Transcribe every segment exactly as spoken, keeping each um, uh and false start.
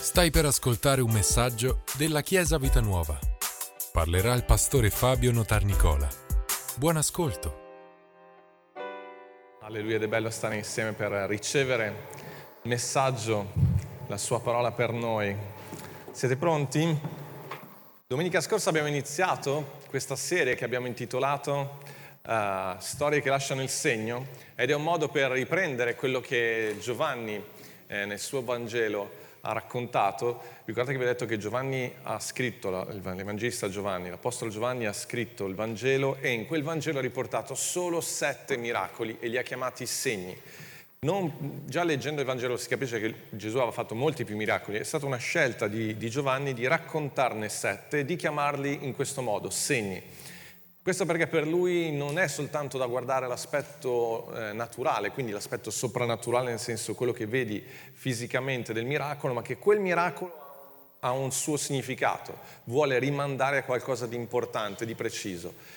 Stai per ascoltare un messaggio della Chiesa Vita Nuova. Parlerà il pastore Fabio Notarnicola. Buon ascolto. Alleluia, ed è bello stare insieme per ricevere il messaggio, la sua parola per noi. Siete pronti? Domenica scorsa abbiamo iniziato questa serie che abbiamo intitolato uh, Storie che lasciano il segno, ed è un modo per riprendere quello che Giovanni eh, nel suo Vangelo ha raccontato. Ricordate che vi ho detto che Giovanni ha scritto, l'Evangelista Giovanni, l'Apostolo Giovanni ha scritto il Vangelo, e in quel Vangelo ha riportato solo sette miracoli e li ha chiamati segni. Non, già leggendo il Vangelo si capisce che Gesù aveva fatto molti più miracoli. È stata una scelta di, di Giovanni di raccontarne sette e di chiamarli in questo modo, segni. Questo perché per lui non è soltanto da guardare l'aspetto eh, naturale, quindi l'aspetto soprannaturale, nel senso quello che vedi fisicamente del miracolo, ma che quel miracolo ha un suo significato, vuole rimandare a qualcosa di importante, di preciso.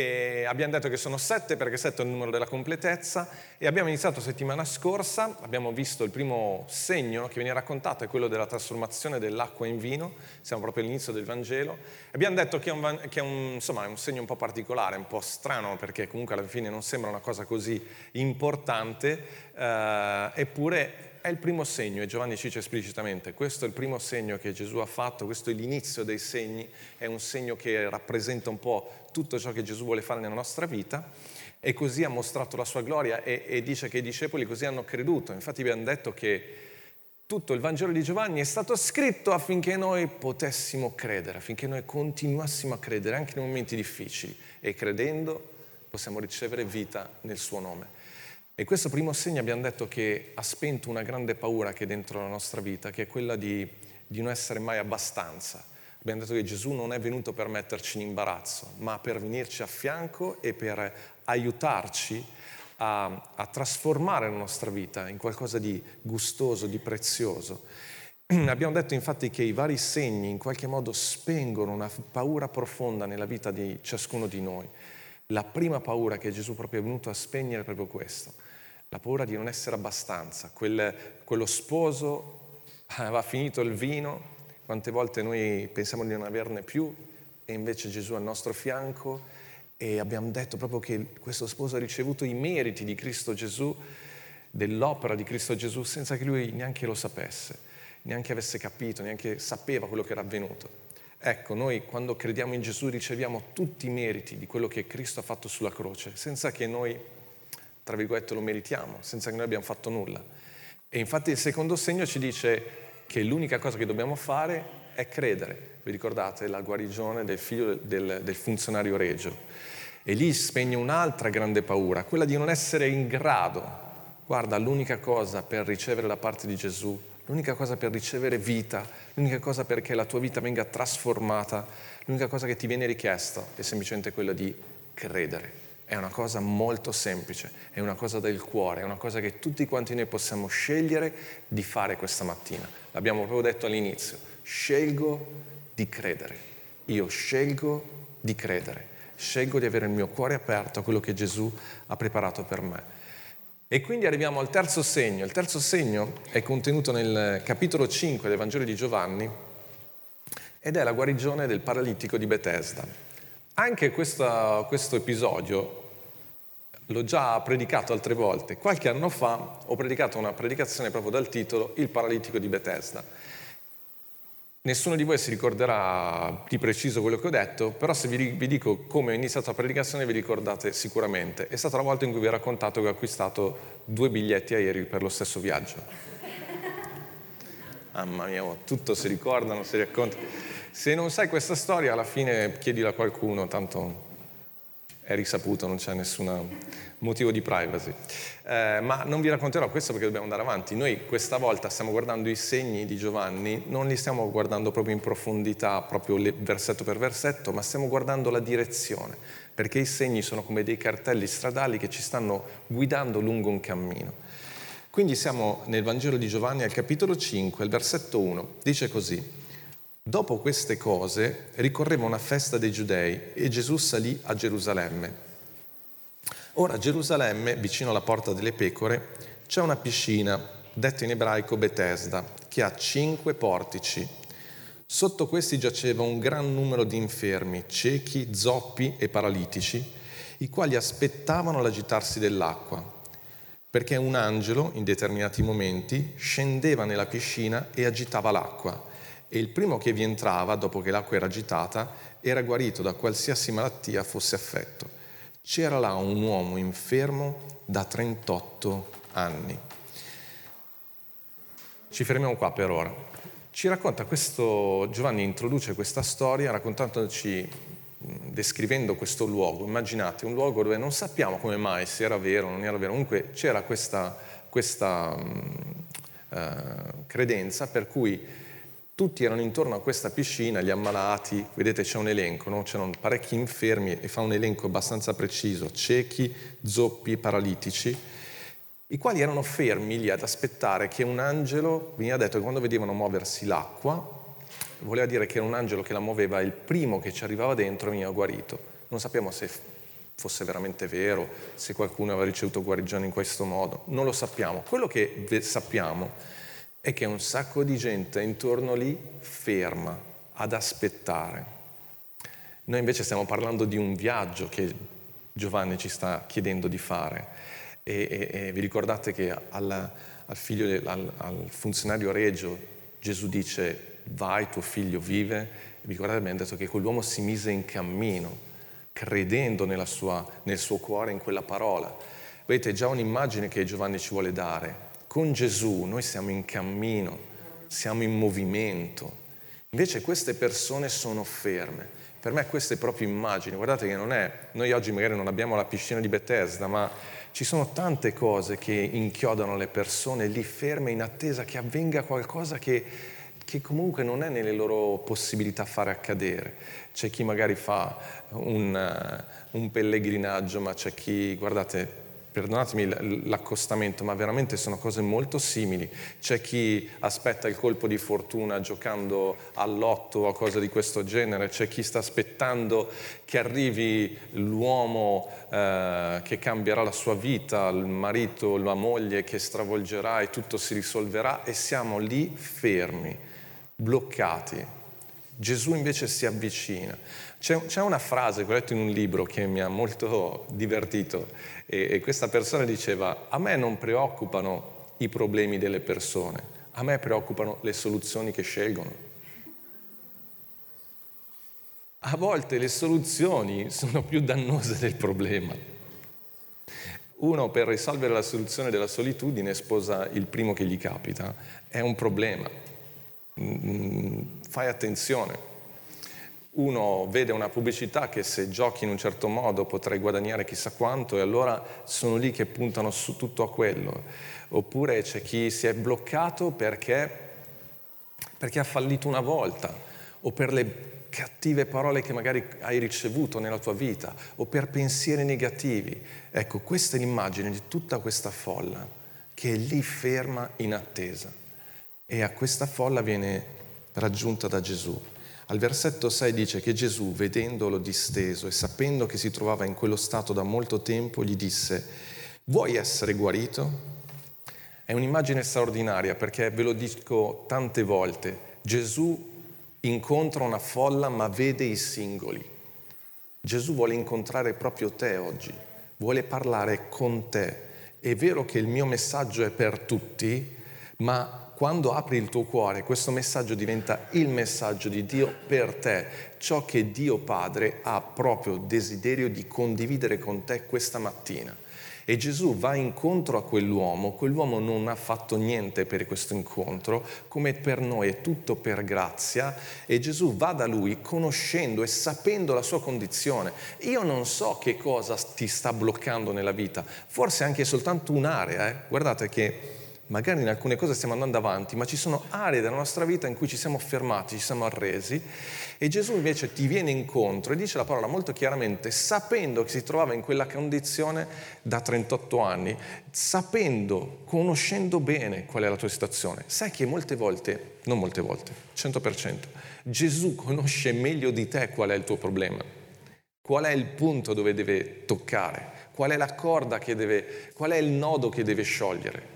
E abbiamo detto che sono sette perché sette è il numero della completezza, e abbiamo iniziato settimana scorsa, abbiamo visto il primo segno che viene raccontato, è quello della trasformazione dell'acqua in vino. Siamo proprio all'inizio del Vangelo. Abbiamo detto che è un, che è un, insomma, è un segno un po' particolare, un po' strano, perché comunque alla fine non sembra una cosa così importante, eh, eppure è il primo segno, e Giovanni ci dice esplicitamente: questo è il primo segno che Gesù ha fatto, questo è l'inizio dei segni, è un segno che rappresenta un po' tutto ciò che Gesù vuole fare nella nostra vita, e così ha mostrato la sua gloria, e, e dice che i discepoli così hanno creduto. Infatti abbiamo detto che tutto il Vangelo di Giovanni è stato scritto affinché noi potessimo credere, affinché noi continuassimo a credere anche nei momenti difficili, e credendo possiamo ricevere vita nel suo nome. E questo primo segno abbiamo detto che ha spento una grande paura che è dentro la nostra vita, che è quella di, di non essere mai abbastanza. Abbiamo detto che Gesù non è venuto per metterci in imbarazzo, ma per venirci a fianco e per aiutarci a, a trasformare la nostra vita in qualcosa di gustoso, di prezioso. Abbiamo detto infatti che i vari segni in qualche modo spengono una paura profonda nella vita di ciascuno di noi. La prima paura che Gesù proprio è venuto a spegnere è proprio questo: la paura di non essere abbastanza. Quel, quello sposo aveva finito il vino, quante volte noi pensiamo di non averne più, e invece Gesù è al nostro fianco, e abbiamo detto proprio che questo sposo ha ricevuto i meriti di Cristo Gesù, dell'opera di Cristo Gesù, senza che lui neanche lo sapesse, neanche avesse capito, neanche sapeva quello che era avvenuto. Ecco, noi quando crediamo in Gesù riceviamo tutti i meriti di quello che Cristo ha fatto sulla croce, senza che noi, tra virgolette, lo meritiamo, senza che noi abbiamo fatto nulla. E infatti il secondo segno ci dice che l'unica cosa che dobbiamo fare è credere. Vi ricordate la guarigione del figlio del, del funzionario regio? E lì spegne un'altra grande paura, quella di non essere in grado. Guarda, l'unica cosa per ricevere da parte di Gesù, l'unica cosa per ricevere vita, l'unica cosa perché la tua vita venga trasformata, l'unica cosa che ti viene richiesta è semplicemente quella di credere. È una cosa molto semplice, è una cosa del cuore, è una cosa che tutti quanti noi possiamo scegliere di fare questa mattina. L'abbiamo proprio detto all'inizio: scelgo di credere. Io scelgo di credere, scelgo di avere il mio cuore aperto a quello che Gesù ha preparato per me. E quindi arriviamo al terzo segno. Il terzo segno è contenuto nel capitolo cinque del Vangelo di Giovanni, ed è la guarigione del paralitico di Betesda. Anche questa, questo episodio l'ho già predicato altre volte. Qualche anno fa ho predicato una predicazione proprio dal titolo Il paralitico di Betesda. Nessuno di voi si ricorderà di preciso quello che ho detto, però se vi, vi dico come ho iniziato la predicazione vi ricordate sicuramente. È stata la volta in cui vi ho raccontato che ho acquistato due biglietti aerei per lo stesso viaggio. Mamma mia, oh, tutto si ricordano, si racconta. Se non sai questa storia, alla fine chiedila a qualcuno, tanto è risaputo, non c'è nessun motivo di privacy. Eh, ma non vi racconterò questo perché dobbiamo andare avanti. Noi questa volta stiamo guardando i segni di Giovanni, non li stiamo guardando proprio in profondità, proprio versetto per versetto, ma stiamo guardando la direzione, perché i segni sono come dei cartelli stradali che ci stanno guidando lungo un cammino. Quindi siamo nel Vangelo di Giovanni al capitolo cinque, il versetto uno, dice così: dopo queste cose ricorreva una festa dei Giudei e Gesù salì a Gerusalemme. Ora a Gerusalemme, vicino alla porta delle pecore, c'è una piscina detto in ebraico Betesda, che ha cinque portici. Sotto questi giaceva un gran numero di infermi, ciechi, zoppi e paralitici, i quali aspettavano l'agitarsi dell'acqua, perché un angelo, in determinati momenti, scendeva nella piscina e agitava l'acqua, e il primo che vi entrava, dopo che l'acqua era agitata, era guarito da qualsiasi malattia fosse affetto. C'era là un uomo infermo da trentotto anni. Ci fermiamo qua per ora. Ci racconta questo, Giovanni introduce questa storia raccontandoci, descrivendo questo luogo. Immaginate un luogo dove non sappiamo come mai, se era vero o non era vero, comunque c'era questa, questa uh, credenza per cui tutti erano intorno a questa piscina, gli ammalati, vedete c'è un elenco, no? C'erano parecchi infermi e fa un elenco abbastanza preciso, ciechi, zoppi, paralitici, i quali erano fermi lì ad aspettare che un angelo, veniva detto che quando vedevano muoversi l'acqua, voleva dire che era un angelo che la muoveva, il primo che ci arrivava dentro veniva guarito. Non sappiamo se fosse veramente vero, se qualcuno aveva ricevuto guarigione in questo modo, non lo sappiamo. Quello che sappiamo è che un sacco di gente intorno lì ferma, ad aspettare. Noi invece stiamo parlando di un viaggio che Giovanni ci sta chiedendo di fare. E, e, e vi ricordate che al, al, figlio, al, al funzionario regio Gesù dice vai, tuo figlio vive. Vi ricordate, abbiamo detto che quell'uomo si mise in cammino credendo nella sua, nel suo cuore in quella parola. Vedete, è già un'immagine che Giovanni ci vuole dare. Con Gesù noi siamo in cammino, siamo in movimento, invece queste persone sono ferme. Per me queste proprio immagini, guardate che non è, noi oggi magari non abbiamo la piscina di Betesda, ma ci sono tante cose che inchiodano le persone lì ferme in attesa che avvenga qualcosa che, che comunque non è nelle loro possibilità fare accadere. C'è chi magari fa un, un pellegrinaggio, ma c'è chi, guardate, perdonatemi l'accostamento, ma veramente sono cose molto simili. C'è chi aspetta il colpo di fortuna giocando all'otto o cose di questo genere, c'è chi sta aspettando che arrivi l'uomo eh, che cambierà la sua vita, il marito, la moglie che stravolgerà e tutto si risolverà, e siamo lì fermi, bloccati. Gesù invece si avvicina. C'è, c'è una frase che ho letto in un libro che mi ha molto divertito e, e questa persona diceva: a me non preoccupano i problemi delle persone, a me preoccupano le soluzioni che scelgono. A volte le soluzioni sono più dannose del problema. Uno, per risolvere la soluzione della solitudine, sposa il primo che gli capita. È un problema. Fai attenzione. Uno vede una pubblicità che se giochi in un certo modo potrai guadagnare chissà quanto, e allora sono lì che puntano su tutto a quello. Oppure c'è chi si è bloccato perché, perché ha fallito una volta, o per le cattive parole che magari hai ricevuto nella tua vita, o per pensieri negativi. Ecco, questa è l'immagine di tutta questa folla che è lì ferma in attesa. E a questa folla viene raggiunta da Gesù. Al versetto sei dice che Gesù, vedendolo disteso e sapendo che si trovava in quello stato da molto tempo, gli disse: vuoi essere guarito? È un'immagine straordinaria perché, ve lo dico tante volte, Gesù incontra una folla ma vede i singoli. Gesù vuole incontrare proprio te oggi, vuole parlare con te. È vero che il mio messaggio è per tutti, ma quando apri il tuo cuore, questo messaggio diventa il messaggio di Dio per te, ciò che Dio Padre ha proprio desiderio di condividere con te questa mattina. E Gesù va incontro a quell'uomo, quell'uomo non ha fatto niente per questo incontro, come per noi è tutto per grazia, e Gesù va da lui conoscendo e sapendo la sua condizione. Io non so che cosa ti sta bloccando nella vita, forse anche soltanto un'area, eh? Guardate che magari in alcune cose stiamo andando avanti, ma ci sono aree della nostra vita in cui ci siamo fermati, ci siamo arresi, e Gesù invece ti viene incontro e dice la parola molto chiaramente, sapendo che si trovava in quella condizione da trentotto anni, sapendo, conoscendo bene qual è la tua situazione. Sai che molte volte, non molte volte, cento per cento, Gesù conosce meglio di te qual è il tuo problema, qual è il punto dove deve toccare, qual è la corda che deve, qual è il nodo che deve sciogliere.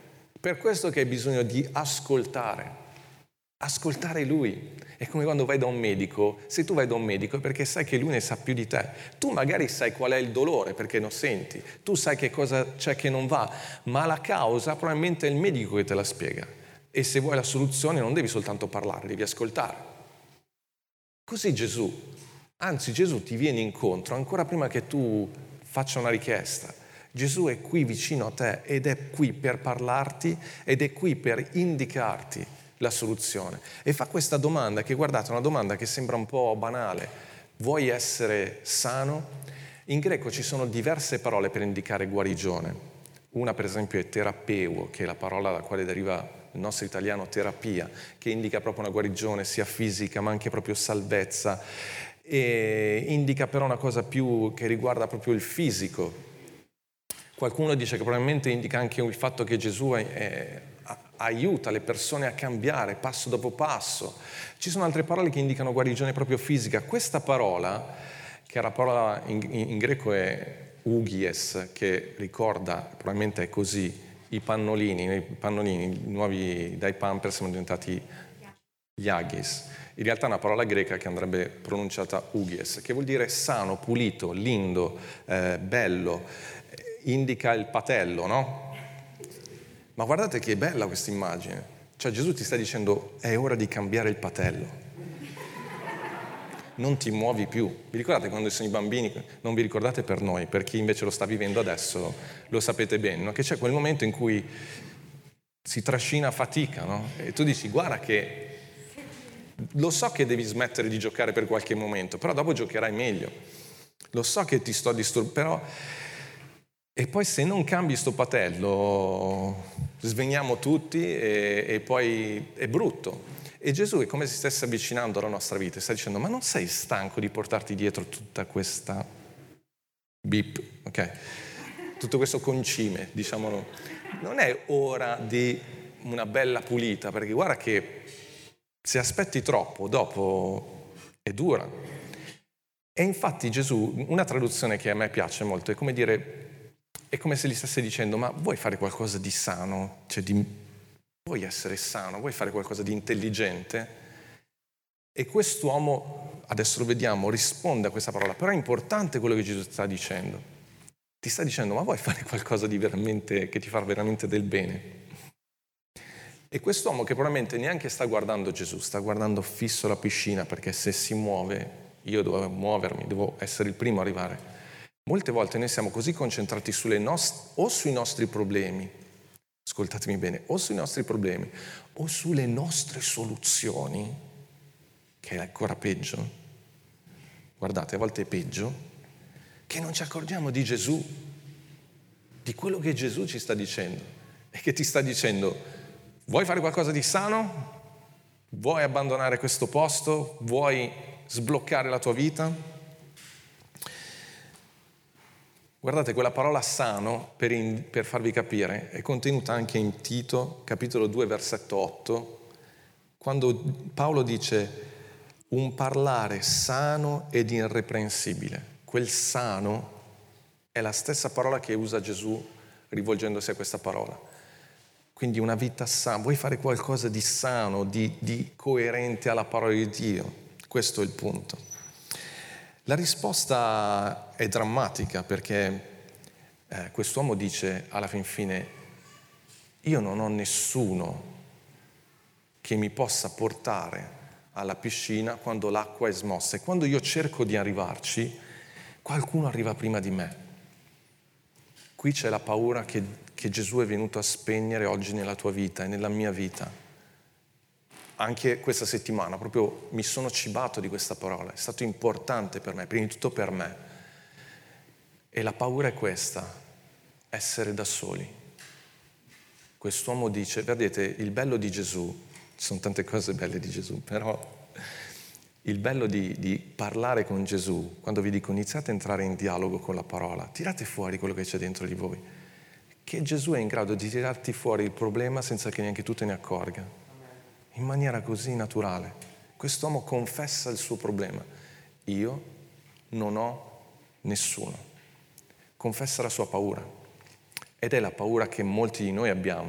Per questo che hai bisogno di ascoltare. Ascoltare Lui. È come quando vai da un medico. Se tu vai da un medico è perché sai che Lui ne sa più di te. Tu magari sai qual è il dolore perché lo senti. Tu sai che cosa c'è che non va. Ma la causa probabilmente è il medico che te la spiega. E se vuoi la soluzione non devi soltanto parlare, devi ascoltare. Così Gesù. Anzi, Gesù ti viene incontro ancora prima che tu faccia una richiesta. Gesù è qui vicino a te ed è qui per parlarti ed è qui per indicarti la soluzione. E fa questa domanda che, guardate, è una domanda che sembra un po' banale. Vuoi essere sano? In greco ci sono diverse parole per indicare guarigione. Una per esempio è terapeuo, che è la parola da quale deriva il nostro italiano terapia, che indica proprio una guarigione sia fisica ma anche proprio salvezza. E indica però una cosa più che riguarda proprio il fisico. Qualcuno dice che probabilmente indica anche il fatto che Gesù è, è, aiuta le persone a cambiare passo dopo passo. Ci sono altre parole che indicano guarigione proprio fisica. Questa parola, che la parola in, in, in greco è ugies, che ricorda, probabilmente è così, i pannolini, i pannolini i nuovi dai Pampers sono diventati gli agis. In realtà è una parola greca che andrebbe pronunciata ugies, che vuol dire sano, pulito, lindo, eh, bello. Indica il patello, no? Ma guardate che bella questa immagine. Cioè Gesù ti sta dicendo è ora di cambiare il patello. Non ti muovi più. Vi ricordate quando sono i bambini? Non vi ricordate per noi, per chi invece lo sta vivendo adesso lo sapete bene, no? Che c'è quel momento in cui si trascina a fatica, no? E tu dici guarda che lo so che devi smettere di giocare per qualche momento, però dopo giocherai meglio. Lo so che ti sto disturbando, però... E poi se non cambi sto patello, sveniamo tutti e, e poi è brutto. E Gesù è come se stesse avvicinando alla nostra vita, sta dicendo, ma non sei stanco di portarti dietro tutta questa bip, ok? Tutto questo concime, diciamolo. Non è ora di una bella pulita, perché guarda che se aspetti troppo, dopo è dura. E infatti Gesù, una traduzione che a me piace molto, è come dire... È come se gli stesse dicendo, ma vuoi fare qualcosa di sano? Cioè, di, vuoi essere sano? Vuoi fare qualcosa di intelligente? E quest'uomo, adesso lo vediamo, risponde a questa parola. Però è importante quello che Gesù sta dicendo. Ti sta dicendo, ma vuoi fare qualcosa di veramente, che ti fa veramente del bene? E quest'uomo che probabilmente neanche sta guardando Gesù, sta guardando fisso la piscina, perché se si muove, io devo muovermi, devo essere il primo a arrivare. Molte volte noi siamo così concentrati sulle nost- o sui nostri problemi, ascoltatemi bene, o sui nostri problemi, o sulle nostre soluzioni, che è ancora peggio. Guardate, a volte è peggio, che non ci accorgiamo di Gesù, di quello che Gesù ci sta dicendo, e che ti sta dicendo, vuoi fare qualcosa di sano? Vuoi abbandonare questo posto? Vuoi sbloccare la tua vita? Guardate, quella parola sano, per, in, per farvi capire, è contenuta anche in Tito, capitolo due, versetto otto, quando Paolo dice un parlare sano ed irreprensibile. Quel sano è la stessa parola che usa Gesù rivolgendosi a questa parola. Quindi una vita sana, vuoi fare qualcosa di sano, di, di coerente alla parola di Dio? Questo è il punto. La risposta è drammatica perché eh, quest'uomo dice alla fin fine io non ho nessuno che mi possa portare alla piscina quando l'acqua è smossa e quando io cerco di arrivarci qualcuno arriva prima di me. Qui c'è la paura che, che Gesù è venuto a spegnere oggi nella tua vita e nella mia vita. Anche questa settimana proprio mi sono cibato di questa parola, è stato importante per me, prima di tutto per me. E la paura è questa, essere da soli. Quest'uomo dice, vedete, il bello di Gesù, ci sono tante cose belle di Gesù, però il bello di, di parlare con Gesù, quando vi dico iniziate a entrare in dialogo con la parola, tirate fuori quello che c'è dentro di voi, che Gesù è in grado di tirarti fuori il problema senza che neanche tu te ne accorga. In maniera così naturale. Quest'uomo confessa il suo problema. Io non ho nessuno. Confessa la sua paura. Ed è la paura che molti di noi abbiamo,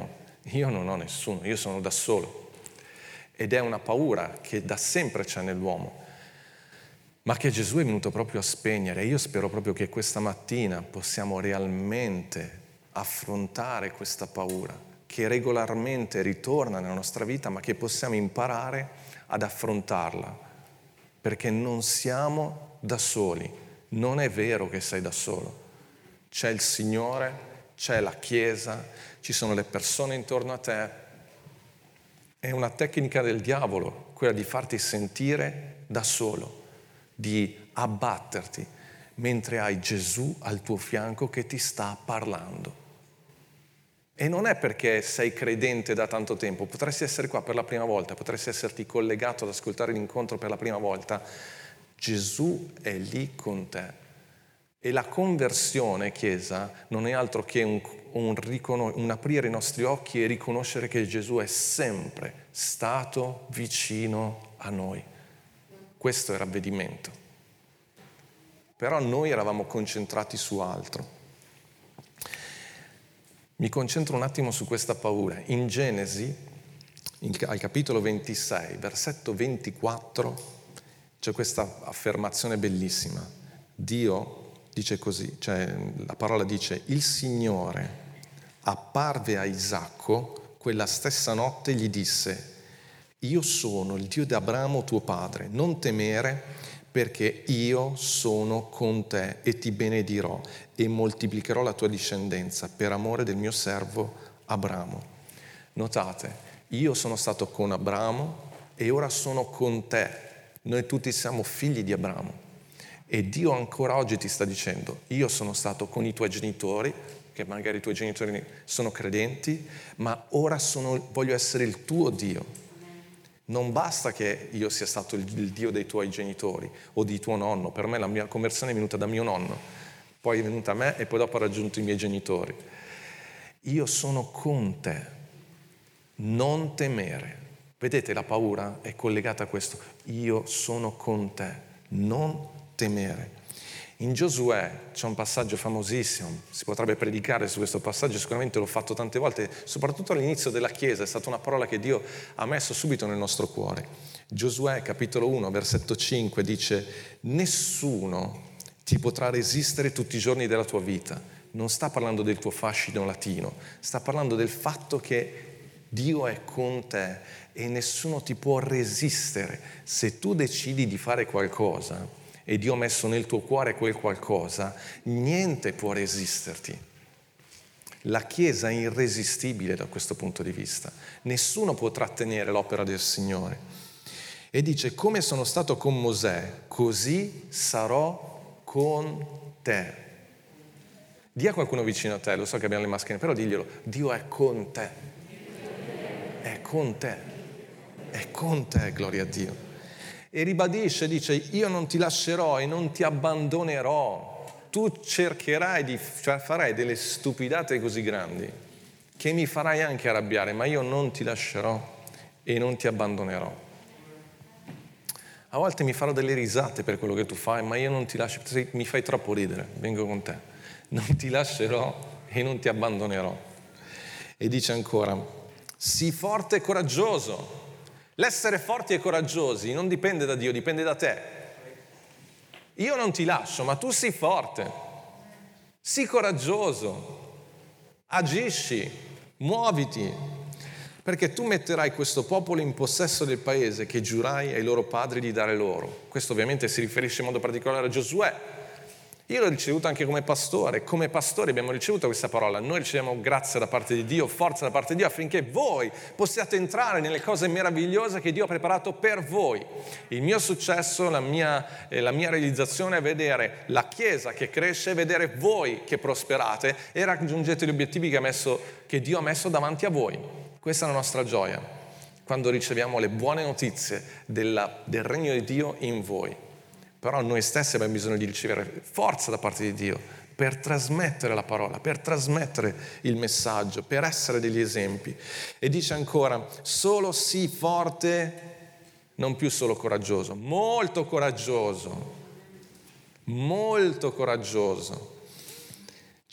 io non ho nessuno, io sono da solo. Ed è una paura che da sempre c'è nell'uomo, ma che Gesù è venuto proprio a spegnere. Io spero proprio che questa mattina possiamo realmente affrontare questa paura, che regolarmente ritorna nella nostra vita, ma che possiamo imparare ad affrontarla, perché non siamo da soli. Non è vero che sei da solo. C'è il Signore, c'è la Chiesa, ci sono le persone intorno a te. È una tecnica del diavolo, quella di farti sentire da solo, di abbatterti, mentre hai Gesù al tuo fianco che ti sta parlando. E non è perché sei credente da tanto tempo, potresti essere qua per la prima volta, potresti esserti collegato ad ascoltare l'incontro per la prima volta. Gesù è lì con te. E la conversione, Chiesa, non è altro che un, un, riconos- un aprire i nostri occhi e riconoscere che Gesù è sempre stato vicino a noi. Questo è ravvedimento. Però noi eravamo concentrati su altro. Mi concentro un attimo su questa paura. In Genesi, in, al capitolo ventisei, versetto ventiquattro, c'è questa affermazione bellissima. Dio dice così, cioè la parola dice: il Signore apparve a Isacco quella stessa notte e gli disse: io sono il Dio di Abramo tuo padre, non temere, perché io sono con te e ti benedirò e moltiplicherò la tua discendenza per amore del mio servo Abramo. Notate, io sono stato con Abramo e ora sono con te. Noi tutti siamo figli di Abramo. E Dio ancora oggi ti sta dicendo: io sono stato con i tuoi genitori, che magari i tuoi genitori sono credenti, ma ora sono, voglio essere il tuo Dio. Non basta che io sia stato il, il Dio dei tuoi genitori o di tuo nonno. Per me la mia conversione è venuta da mio nonno, poi è venuta a me e poi dopo ha raggiunto i miei genitori. Io sono con te, non temere. Vedete, la paura è collegata a questo. Io sono con te, non temere. In Giosuè c'è un passaggio famosissimo, si potrebbe predicare su questo passaggio, sicuramente l'ho fatto tante volte, soprattutto all'inizio della Chiesa, è stata una parola che Dio ha messo subito nel nostro cuore. Giosuè capitolo uno, versetto cinque dice: nessuno ti potrà resistere tutti i giorni della tua vita. Non sta parlando del tuo fascino latino, sta parlando del fatto che Dio è con te e nessuno ti può resistere. Se tu decidi di fare qualcosa e Dio ha messo nel tuo cuore quel qualcosa, niente può resisterti. La Chiesa è irresistibile da questo punto di vista. Nessuno può trattenere l'opera del Signore. E dice: come sono stato con Mosè, così sarò con te. Dì a qualcuno vicino a te, lo so che abbiamo le mascherine, però diglielo: Dio è con te. È con te. È con te, gloria a Dio. E ribadisce, dice: io non ti lascerò e non ti abbandonerò. Tu cercherai di, cioè farai delle stupidate così grandi che mi farai anche arrabbiare, ma io non ti lascerò e non ti abbandonerò. A volte mi farò delle risate per quello che tu fai, ma io non ti lascio, mi fai troppo ridere, vengo con te. Non ti lascerò e non ti abbandonerò. E dice ancora: sii forte e coraggioso. L'essere forti e coraggiosi non dipende da Dio, dipende da te. Io non ti lascio, ma tu sii forte, sii coraggioso, agisci, muoviti, perché tu metterai questo popolo in possesso del paese che giurai ai loro padri di dare loro. Questo ovviamente si riferisce in modo particolare a Giosuè. Io l'ho ricevuto anche come pastore, come pastori abbiamo ricevuto questa parola, noi riceviamo grazia da parte di Dio, forza da parte di Dio affinché voi possiate entrare nelle cose meravigliose che Dio ha preparato per voi. Il mio successo, la mia, eh, la mia realizzazione è vedere la Chiesa che cresce, vedere voi che prosperate e raggiungete gli obiettivi che, ha messo, che Dio ha messo davanti a voi. Questa è la nostra gioia, quando riceviamo le buone notizie della, del regno di Dio in voi. Però noi stessi abbiamo bisogno di ricevere forza da parte di Dio per trasmettere la parola, per trasmettere il messaggio, per essere degli esempi. E dice ancora: solo sii forte, non più solo coraggioso, molto coraggioso, molto coraggioso.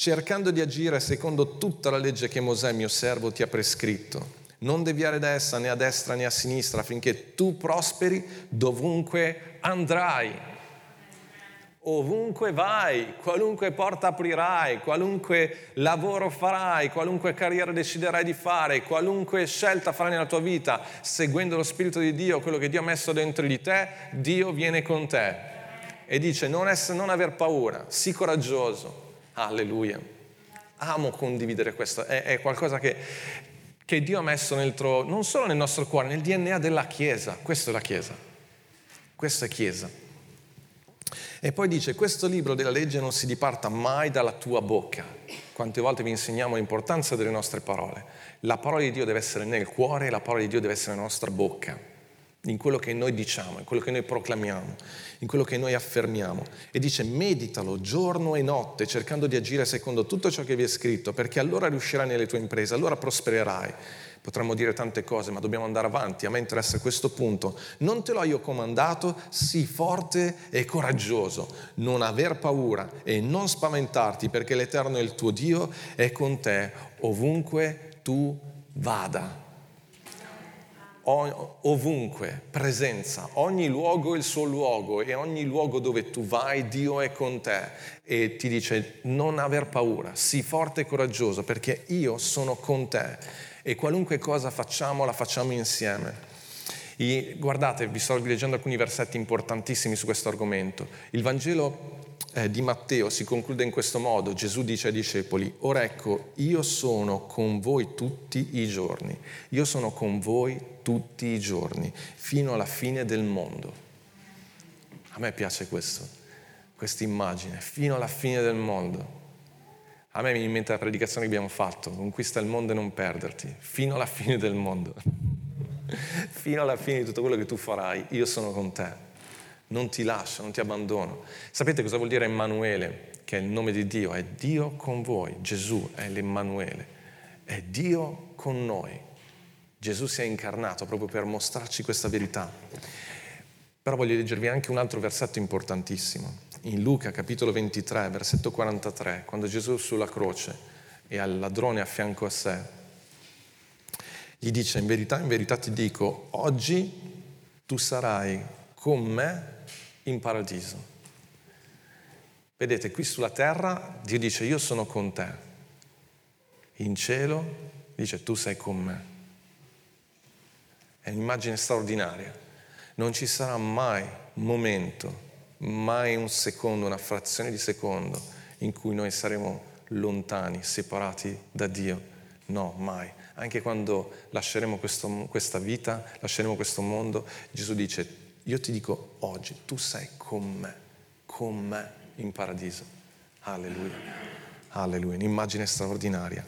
cercando di agire secondo tutta la legge che Mosè, mio servo, ti ha prescritto. Non deviare da essa né a destra né a sinistra affinché tu prosperi dovunque andrai. Ovunque vai, qualunque porta aprirai, qualunque lavoro farai, qualunque carriera deciderai di fare, qualunque scelta farai nella tua vita, seguendo lo Spirito di Dio, quello che Dio ha messo dentro di te, Dio viene con te. E dice, non, essere, non aver paura, sii coraggioso. Alleluia. Amo condividere questo, è, è qualcosa che, che Dio ha messo nel tro, non solo nel nostro cuore, nel D N A della Chiesa. Questa è la Chiesa. Questa è Chiesa. E poi dice, questo libro della legge non si diparta mai dalla tua bocca. Quante volte vi insegniamo l'importanza delle nostre parole. La parola di Dio deve essere nel cuore e la parola di Dio deve essere nella nostra bocca, in quello che noi diciamo, in quello che noi proclamiamo, in quello che noi affermiamo. E dice, meditalo giorno e notte, cercando di agire secondo tutto ciò che vi è scritto, perché allora riuscirai nelle tue imprese, allora prospererai. Potremmo dire tante cose, ma dobbiamo andare avanti. A me interessa questo punto. Non te l'ho io comandato, sii forte e coraggioso, non aver paura e non spaventarti, perché l'Eterno è il tuo Dio, è con te ovunque tu vada. O, ovunque, presenza, ogni luogo è il suo luogo e ogni luogo dove tu vai Dio è con te e ti dice non aver paura, sii forte e coraggioso perché io sono con te. E qualunque cosa facciamo, la facciamo insieme. E guardate, vi sto leggendo alcuni versetti importantissimi su questo argomento. Il Vangelo eh, di Matteo si conclude in questo modo. Gesù dice ai discepoli, ora ecco, io sono con voi tutti i giorni. Io sono con voi tutti i giorni, fino alla fine del mondo. A me piace questo, questa immagine, fino alla fine del mondo. A me mi viene in mente la predicazione che abbiamo fatto, conquista il mondo e non perderti, fino alla fine del mondo, fino alla fine di tutto quello che tu farai, io sono con te, non ti lascio, non ti abbandono. Sapete cosa vuol dire Emanuele, che è il nome di Dio? È Dio con voi, Gesù è l'Emanuele, è Dio con noi. Gesù si è incarnato proprio per mostrarci questa verità. Però voglio leggervi anche un altro versetto importantissimo. In Luca capitolo ventitré, versetto quarantatré, quando Gesù è sulla croce e ha il ladrone a fianco a sé, gli dice, in verità, in verità ti dico, oggi tu sarai con me in paradiso. Vedete, qui sulla terra Dio dice, io sono con te. In cielo dice, tu sei con me. È un'immagine straordinaria. Non ci sarà mai un momento, mai un secondo, una frazione di secondo in cui noi saremo lontani, separati da Dio. No, mai. Anche quando lasceremo questo, questa vita, lasceremo questo mondo, Gesù dice, io ti dico oggi, tu sei con me, con me in paradiso. Alleluia. Alleluia. Un'immagine straordinaria.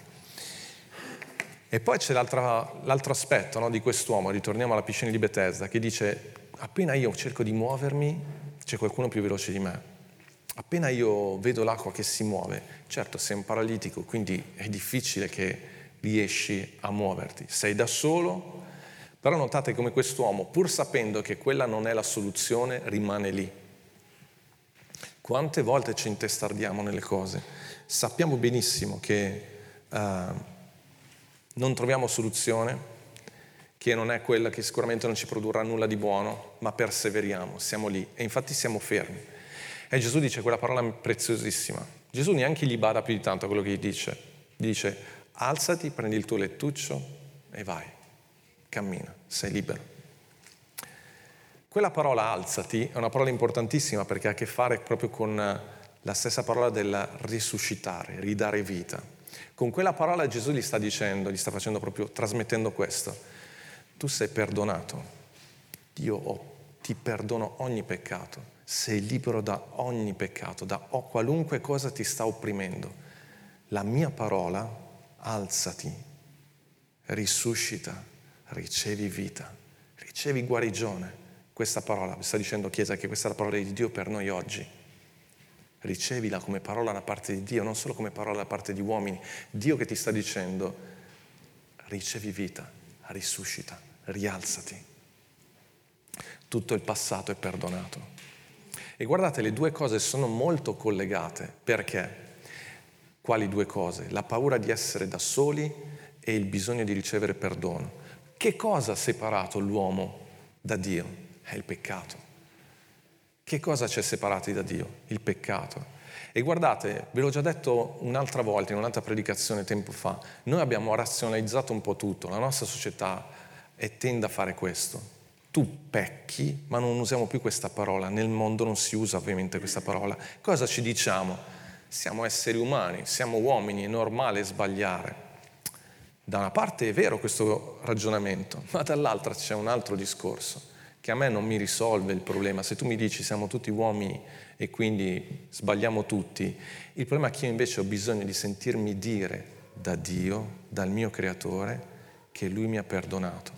E poi c'è l'altro, l'altro aspetto, no, di quest'uomo, ritorniamo alla piscina di Betesda, che dice, appena io cerco di muovermi, c'è qualcuno più veloce di me. Appena io vedo l'acqua che si muove, certo sei un paralitico, quindi è difficile che riesci a muoverti. Sei da solo, però notate come quest'uomo, pur sapendo che quella non è la soluzione, rimane lì. Quante volte ci intestardiamo nelle cose? Sappiamo benissimo che uh, non troviamo soluzione, che non è quella che sicuramente non ci produrrà nulla di buono, ma perseveriamo, siamo lì e infatti siamo fermi. E Gesù dice quella parola preziosissima. Gesù neanche gli bada più di tanto a quello che gli dice. Gli dice, alzati, prendi il tuo lettuccio e vai, cammina, sei libero. Quella parola alzati è una parola importantissima perché ha a che fare proprio con la stessa parola del risuscitare, ridare vita. Con quella parola Gesù gli sta dicendo, gli sta facendo proprio, trasmettendo questo. Tu sei perdonato, io ho, ti perdono ogni peccato, sei libero da ogni peccato, da qualunque cosa ti sta opprimendo. La mia parola, alzati, risuscita, ricevi vita, ricevi guarigione. Questa parola, sta dicendo Chiesa che questa è la parola di Dio per noi oggi. Ricevila come parola da parte di Dio, non solo come parola da parte di uomini. Dio che ti sta dicendo, ricevi vita. Risuscita, rialzati. Tutto il passato è perdonato. E guardate, le due cose sono molto collegate. Perché? Quali due cose? La paura di essere da soli e il bisogno di ricevere perdono. Che cosa ha separato l'uomo da Dio? È il peccato. Che cosa ci ha separati da Dio? Il peccato. E guardate, ve l'ho già detto un'altra volta, in un'altra predicazione tempo fa, noi abbiamo razionalizzato un po' tutto, la nostra società è tende a fare questo. Tu pecchi, ma non usiamo più questa parola, nel mondo non si usa ovviamente questa parola. Cosa ci diciamo? Siamo esseri umani, siamo uomini, è normale sbagliare. Da una parte è vero questo ragionamento, ma dall'altra c'è un altro discorso, che a me non mi risolve il problema. Se tu mi dici siamo tutti uomini e quindi sbagliamo tutti, il problema è che io invece ho bisogno di sentirmi dire da Dio, dal mio creatore, che Lui mi ha perdonato.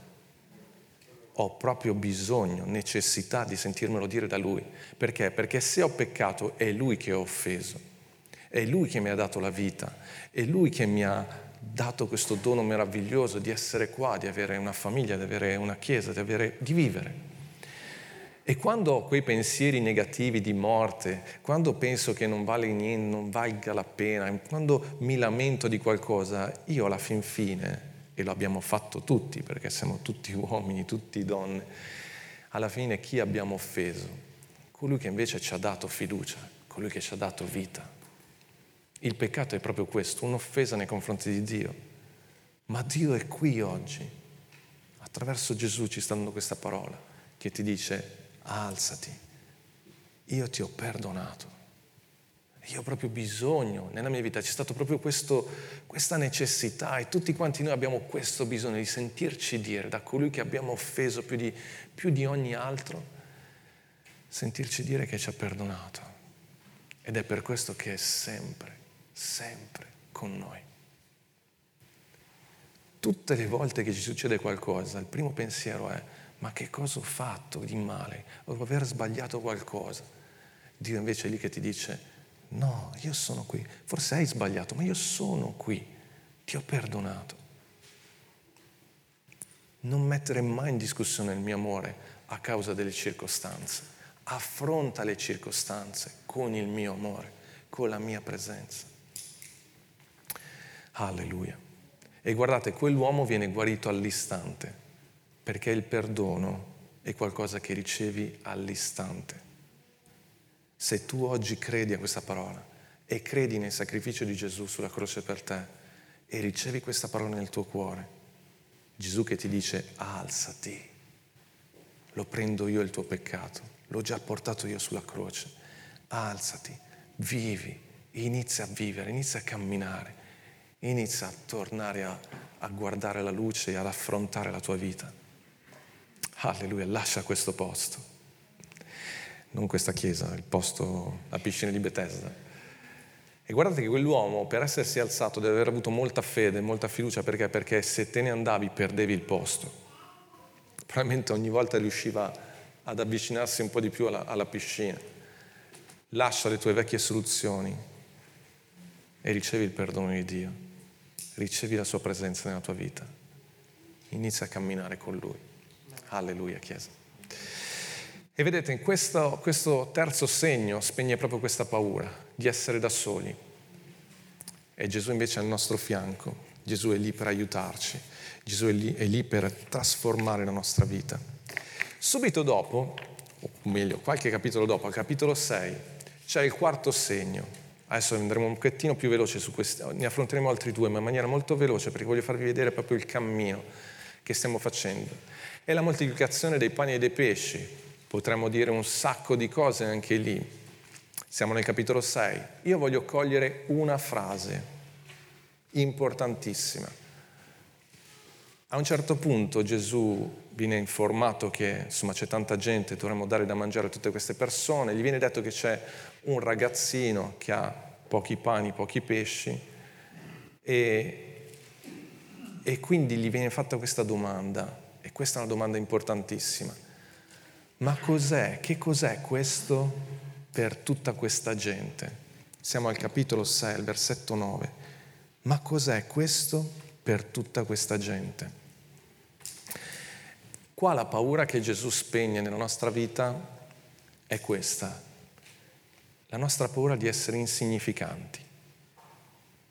Ho proprio bisogno, necessità di sentirmelo dire da Lui. Perché? Perché se ho peccato è Lui che ho offeso, è Lui che mi ha dato la vita, è Lui che mi ha dato questo dono meraviglioso di essere qua, di avere una famiglia, di avere una chiesa, di, avere, di vivere. E quando ho quei pensieri negativi di morte, quando penso che non vale niente, non valga la pena, quando mi lamento di qualcosa, io alla fin fine, e lo abbiamo fatto tutti, perché siamo tutti uomini, tutti donne, alla fine chi abbiamo offeso? Colui che invece ci ha dato fiducia, colui che ci ha dato vita. Il peccato è proprio questo, un'offesa nei confronti di Dio. Ma Dio è qui oggi. Attraverso Gesù ci sta dando questa parola che ti dice: alzati, io ti ho perdonato. Io ho proprio bisogno, nella mia vita c'è stato proprio questo, questa necessità, e tutti quanti noi abbiamo questo bisogno di sentirci dire da colui che abbiamo offeso più di, più di ogni altro, sentirci dire che ci ha perdonato. Ed è per questo che è sempre, sempre con noi. Tutte le volte che ci succede qualcosa, il primo pensiero è: ma che cosa ho fatto di male? Devo aver sbagliato qualcosa. Dio invece è lì che ti dice: no, io sono qui. Forse hai sbagliato, ma io sono qui. Ti ho perdonato. Non mettere mai in discussione il mio amore a causa delle circostanze. Affronta le circostanze con il mio amore, con la mia presenza. Alleluia. E guardate, quell'uomo viene guarito all'istante, perché il perdono è qualcosa che ricevi all'istante. Se tu oggi credi a questa parola e credi nel sacrificio di Gesù sulla croce per te e ricevi questa parola nel tuo cuore, Gesù che ti dice: alzati, lo prendo io il tuo peccato, l'ho già portato io sulla croce, alzati, vivi, inizia a vivere, inizia a camminare, inizia a tornare a, a guardare la luce e ad affrontare la tua vita. Alleluia, lascia questo posto. Non questa chiesa, il posto, la piscina di Bethesda. E guardate che quell'uomo, per essersi alzato, deve aver avuto molta fede, molta fiducia, perché? Perché se te ne andavi perdevi il posto. Probabilmente ogni volta riusciva ad avvicinarsi un po' di più alla, alla piscina. Lascia le tue vecchie soluzioni e ricevi il perdono di Dio. Ricevi la sua presenza nella tua vita. Inizia a camminare con Lui. Alleluia, Chiesa. E vedete, in questo, questo terzo segno spegne proprio questa paura di essere da soli. E Gesù invece è al nostro fianco. Gesù è lì per aiutarci. Gesù è lì, è lì per trasformare la nostra vita. Subito dopo, o meglio, qualche capitolo dopo, al capitolo sei, c'è il quarto segno. Adesso andremo un pochettino più veloce su questi, ne affronteremo altri due, ma in maniera molto veloce, perché voglio farvi vedere proprio il cammino che stiamo facendo. È la moltiplicazione dei pani e dei pesci. Potremmo dire un sacco di cose anche lì. Siamo nel capitolo sei. Io voglio cogliere una frase importantissima. A un certo punto Gesù viene informato che insomma c'è tanta gente, dovremmo dare da mangiare a tutte queste persone. Gli viene detto che c'è un ragazzino che ha pochi pani, pochi pesci, e, e quindi gli viene fatta questa domanda, e questa è una domanda importantissima. Ma cos'è? Che cos'è questo per tutta questa gente? Siamo al capitolo sei, al versetto nove. Ma cos'è questo per tutta questa gente? Qua la paura che Gesù spegne nella nostra vita è questa. La nostra paura di essere insignificanti.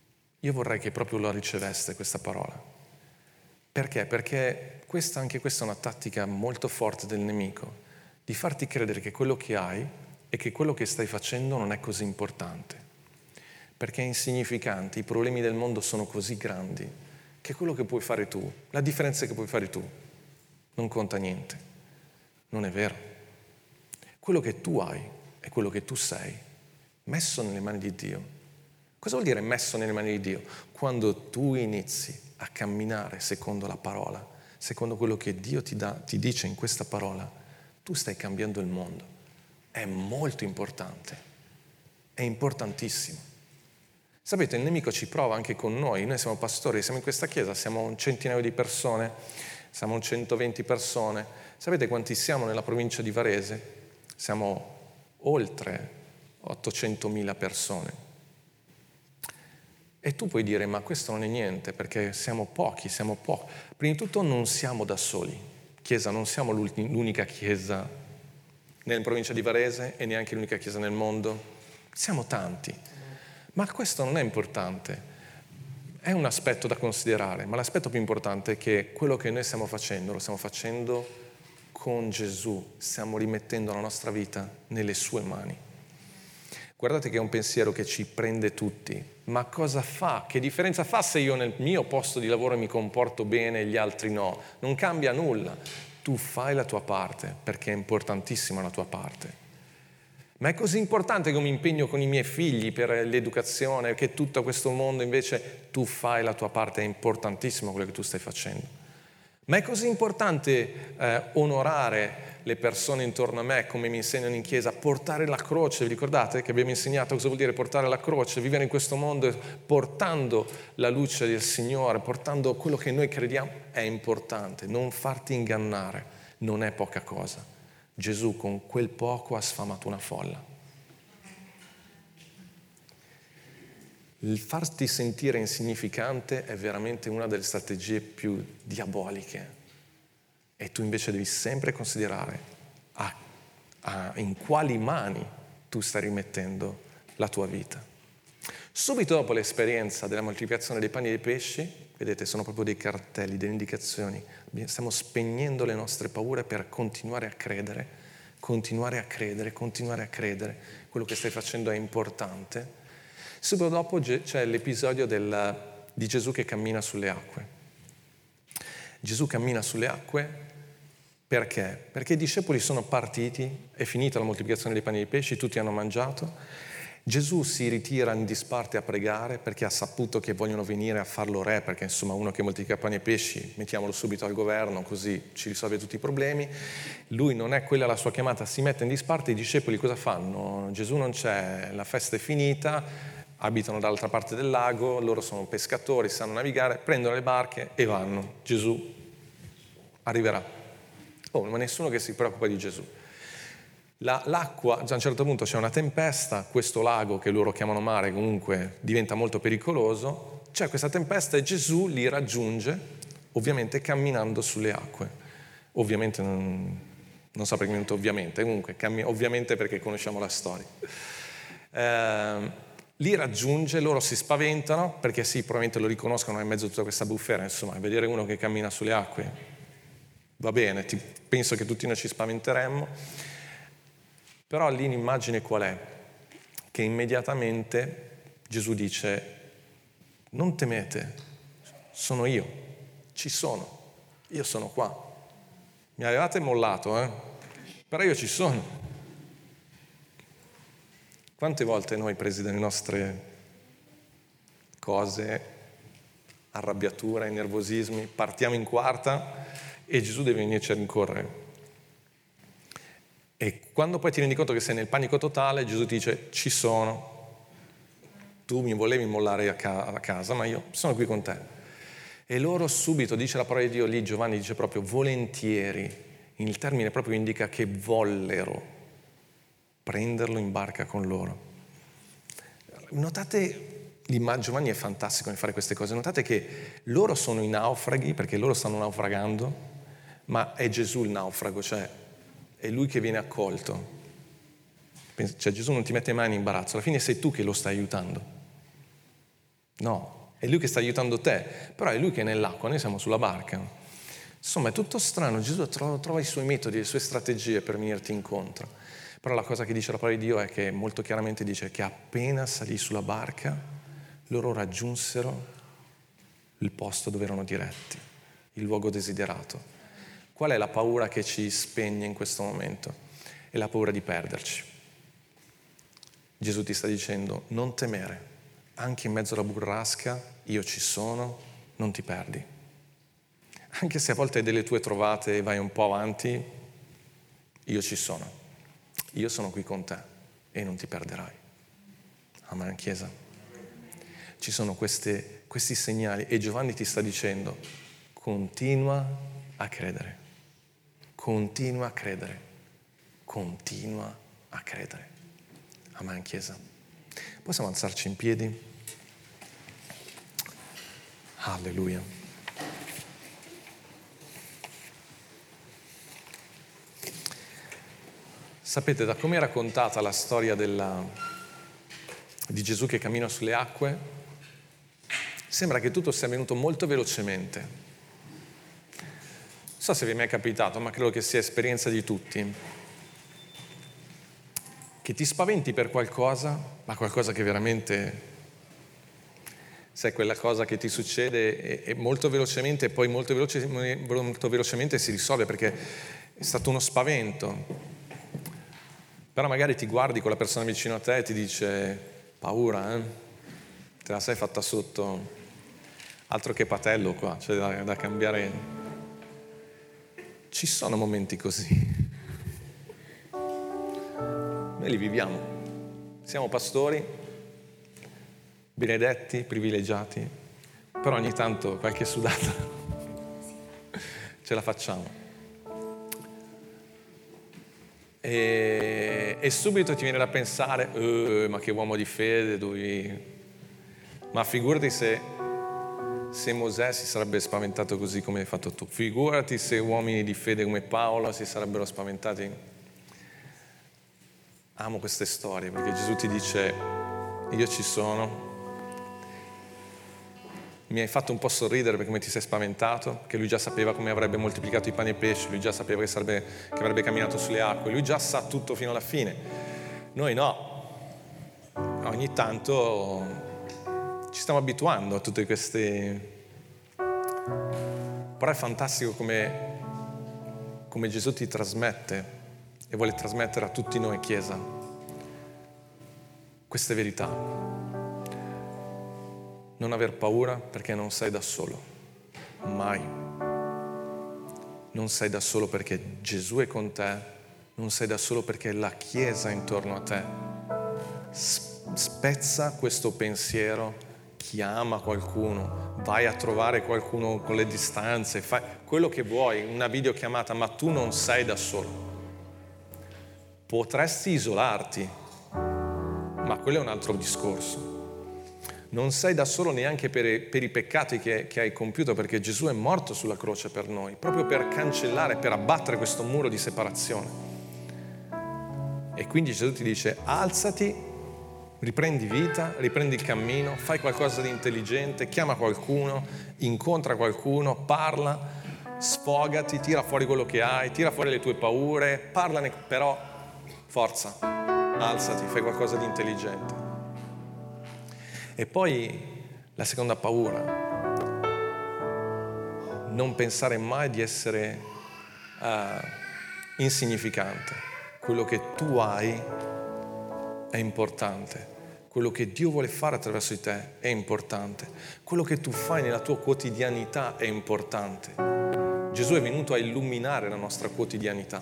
io vorrei che proprio la riceveste questa parola. Perché? Perché questa, anche questa è una tattica molto forte del nemico, di farti credere che quello che hai e che quello che stai facendo non è così importante. Perché è insignificante, i problemi del mondo sono così grandi che quello che puoi fare tu, la differenza che puoi fare tu, non conta niente. Non è vero. Quello che tu hai è quello che tu sei, messo nelle mani di Dio. Cosa vuol dire messo nelle mani di Dio? Quando tu inizi a camminare secondo la parola, secondo quello che Dio ti, dà, ti dice in questa parola, tu stai cambiando il mondo. È molto importante, è importantissimo. Sapete, il nemico ci prova anche con noi, noi siamo pastori, siamo in questa chiesa, siamo un centinaio di persone, siamo un centoventi persone. Sapete quanti siamo nella provincia di Varese? Siamo oltre ottocentomila persone. E tu puoi dire, ma questo non è niente, perché siamo pochi, siamo pochi. Prima di tutto non siamo da soli. Chiesa, non siamo l'unica chiesa nella provincia di Varese e neanche l'unica chiesa nel mondo. Siamo tanti. Ma questo non è importante. È un aspetto da considerare, ma l'aspetto più importante è che quello che noi stiamo facendo, lo stiamo facendo con Gesù. Stiamo rimettendo la nostra vita nelle sue mani. Guardate che è un pensiero che ci prende tutti. Ma cosa fa? Che differenza fa se io nel mio posto di lavoro mi comporto bene e gli altri no? Non cambia nulla. Tu fai la tua parte, perché è importantissima la tua parte. Ma è così importante che mi impegno con i miei figli per l'educazione, che tutto questo mondo invece tu fai la tua parte, è importantissimo quello che tu stai facendo. Ma è così importante eh, onorare le persone intorno a me, come mi insegnano in chiesa, portare la croce. Vi ricordate che abbiamo insegnato cosa vuol dire portare la croce? Vivere in questo mondo portando la luce del Signore, portando quello che noi crediamo, è importante. Non farti ingannare, non è poca cosa. Gesù con quel poco ha sfamato una folla. Il farti sentire insignificante è veramente una delle strategie più diaboliche. E tu invece devi sempre considerare a, a, in quali mani tu stai rimettendo la tua vita. Subito dopo l'esperienza della moltiplicazione dei pani e dei pesci, vedete, sono proprio dei cartelli, delle indicazioni. Stiamo spegnendo le nostre paure per continuare a credere, continuare a credere, continuare a credere. Quello che stai facendo è importante. Subito dopo c'è l'episodio del, di Gesù che cammina sulle acque. Gesù cammina sulle acque perché? Perché i discepoli sono partiti, è finita la moltiplicazione dei pani e dei pesci, tutti hanno mangiato. Gesù si ritira in disparte a pregare perché ha saputo che vogliono venire a farlo re, perché insomma uno che moltiplica pani e pesci, mettiamolo subito al governo, così ci risolve tutti i problemi. Lui non è quella la sua chiamata, si mette in disparte, i discepoli cosa fanno? Gesù non c'è, la festa è finita, abitano dall'altra parte del lago, loro sono pescatori, sanno navigare, prendono le barche e vanno. Gesù arriverà. Oh, ma nessuno che si preoccupa di Gesù. La, l'acqua, già a un certo punto c'è una tempesta, questo lago che loro chiamano mare comunque diventa molto pericoloso, c'è questa tempesta e Gesù li raggiunge, ovviamente camminando sulle acque. Ovviamente, non, non so perché mi è venuto ovviamente, comunque, cammi, ovviamente perché conosciamo la storia. Eh, li raggiunge, loro si spaventano, perché sì, probabilmente lo riconoscono in mezzo a tutta questa bufera, insomma, vedere uno che cammina sulle acque, va bene, ti, penso che tutti noi ci spaventeremmo, però lì l'immagine qual è? Che immediatamente Gesù dice, non temete, sono io, ci sono, io sono qua. Mi avevate mollato, eh? Però io ci sono. Quante volte noi, presi dalle nostre cose, arrabbiature, nervosismi, partiamo in quarta e Gesù deve venirci a rincorrere. E quando poi ti rendi conto che sei nel panico totale, Gesù ti dice, ci sono. Tu mi volevi mollare a, ca- a casa, ma io sono qui con te. E loro subito, dice la parola di Dio lì, Giovanni dice proprio volentieri, il termine proprio indica che vollero prenderlo in barca con loro. Notate, Giovanni è fantastico nel fare queste cose, notate che loro sono i naufraghi, perché loro stanno naufragando, ma è Gesù il naufrago, cioè è lui che viene accolto. Cioè Gesù non ti mette mai in imbarazzo, alla fine sei tu che lo stai aiutando. No, è è Lui che sta aiutando te, però è Lui che è nell'acqua, noi siamo sulla barca. Insomma, è tutto strano, Gesù trova, trova i suoi metodi, le sue strategie per venirti incontro. Però la cosa che dice la parola di Dio è che molto chiaramente dice che appena salì sulla barca, loro raggiunsero il posto dove erano diretti, il luogo desiderato. Qual è la paura che ci spegne in questo momento? È la paura di perderci. Gesù ti sta dicendo, non temere, anche in mezzo alla burrasca io ci sono, non ti perdi. Anche se a volte hai delle tue trovate e vai un po' avanti, io ci sono. Io sono qui con te e non ti perderai. Amen, Chiesa. Ci sono queste, questi segnali e Giovanni ti sta dicendo, continua a credere. Continua a credere, continua a credere. Amen, Chiesa. Possiamo alzarci in piedi? Alleluia. Sapete, da come è raccontata la storia della, di Gesù che cammina sulle acque, sembra che tutto sia avvenuto molto velocemente. Non so se vi è mai capitato, ma credo che sia esperienza di tutti, che ti spaventi per qualcosa, ma qualcosa che veramente, sai, quella cosa che ti succede e, e molto velocemente, e poi molto, veloce, molto velocemente si risolve perché è stato uno spavento. Però magari ti guardi con la persona vicino a te e ti dice, paura, eh? Te la sei fatta sotto, altro che patello qua, cioè da, da cambiare. Ci sono momenti così. Noi li viviamo. Siamo pastori, benedetti, privilegiati, però ogni tanto qualche sudata ce la facciamo. E, e subito ti viene da pensare, eh, ma che uomo di fede, dovevi... Ma figurati se... se Mosè si sarebbe spaventato così come hai fatto tu. Figurati se uomini di fede come Paolo si sarebbero spaventati. Amo queste storie perché Gesù ti dice, io ci sono. Mi hai fatto un po' sorridere per come ti sei spaventato, che lui già sapeva come avrebbe moltiplicato i pani e i pesci, lui già sapeva che, sarebbe, che avrebbe camminato sulle acque, lui già sa tutto fino alla fine. Noi no. Ogni tanto... ci stiamo abituando a tutte queste... Però è fantastico come, come Gesù ti trasmette e vuole trasmettere a tutti noi, Chiesa, queste verità. Non aver paura perché non sei da solo. Mai. Non sei da solo perché Gesù è con te. Non sei da solo perché la Chiesa è intorno a te. Spezza questo pensiero. Chiama qualcuno, vai a trovare qualcuno con le distanze, fai quello che vuoi, una videochiamata, ma tu non sei da solo. Potresti isolarti, ma quello è un altro discorso. Non sei da solo neanche per, per i peccati che, che hai compiuto, perché Gesù è morto sulla croce per noi, proprio per cancellare, per abbattere questo muro di separazione. E quindi Gesù ti dice, alzati, riprendi vita, riprendi il cammino, fai qualcosa di intelligente, chiama qualcuno, incontra qualcuno, parla, sfogati, tira fuori quello che hai, tira fuori le tue paure, parlane, però forza, alzati, fai qualcosa di intelligente. E poi la seconda paura, non pensare mai di essere uh, insignificante. Quello che tu hai è importante. Quello che Dio vuole fare attraverso di te è importante. Quello che tu fai nella tua quotidianità è importante. Gesù è venuto a illuminare la nostra quotidianità.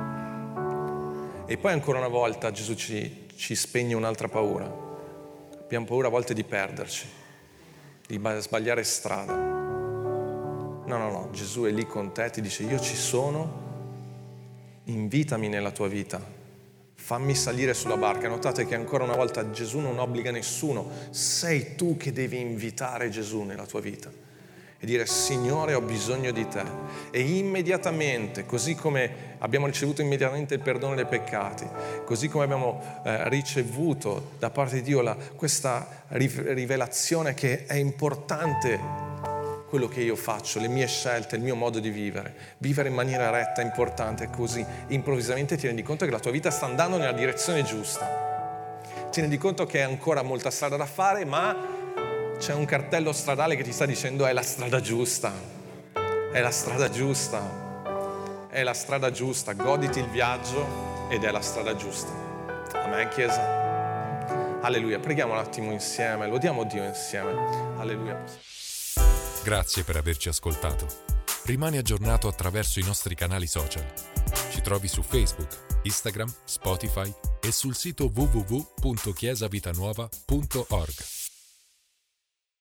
E poi ancora una volta Gesù ci, ci spegne un'altra paura. Abbiamo paura a volte di perderci, di sbagliare strada. No, no, no, Gesù è lì con te, ti dice, io ci sono, invitami nella tua vita. Fammi salire sulla barca. Notate che ancora una volta Gesù non obbliga nessuno. Sei tu che devi invitare Gesù nella tua vita. e dire: Signore, ho bisogno di te. E immediatamente, così come abbiamo ricevuto immediatamente il perdono dei peccati, così come abbiamo eh, ricevuto da parte di Dio la, questa rivelazione che è importante quello che io faccio, le mie scelte, il mio modo di vivere, vivere in maniera retta è importante, così improvvisamente ti rendi conto che la tua vita sta andando nella direzione giusta. Ti rendi conto che è ancora molta strada da fare, ma c'è un cartello stradale che ti sta dicendo: è la strada giusta, è la strada giusta, è la strada giusta, goditi il viaggio ed è la strada giusta. Amen, Chiesa? Alleluia, preghiamo un attimo insieme, lodiamo Dio insieme. Alleluia. Grazie per averci ascoltato. Rimani aggiornato attraverso i nostri canali social. Ci trovi su Facebook, Instagram, Spotify e sul sito w w w punto chiesa vita nuova punto org.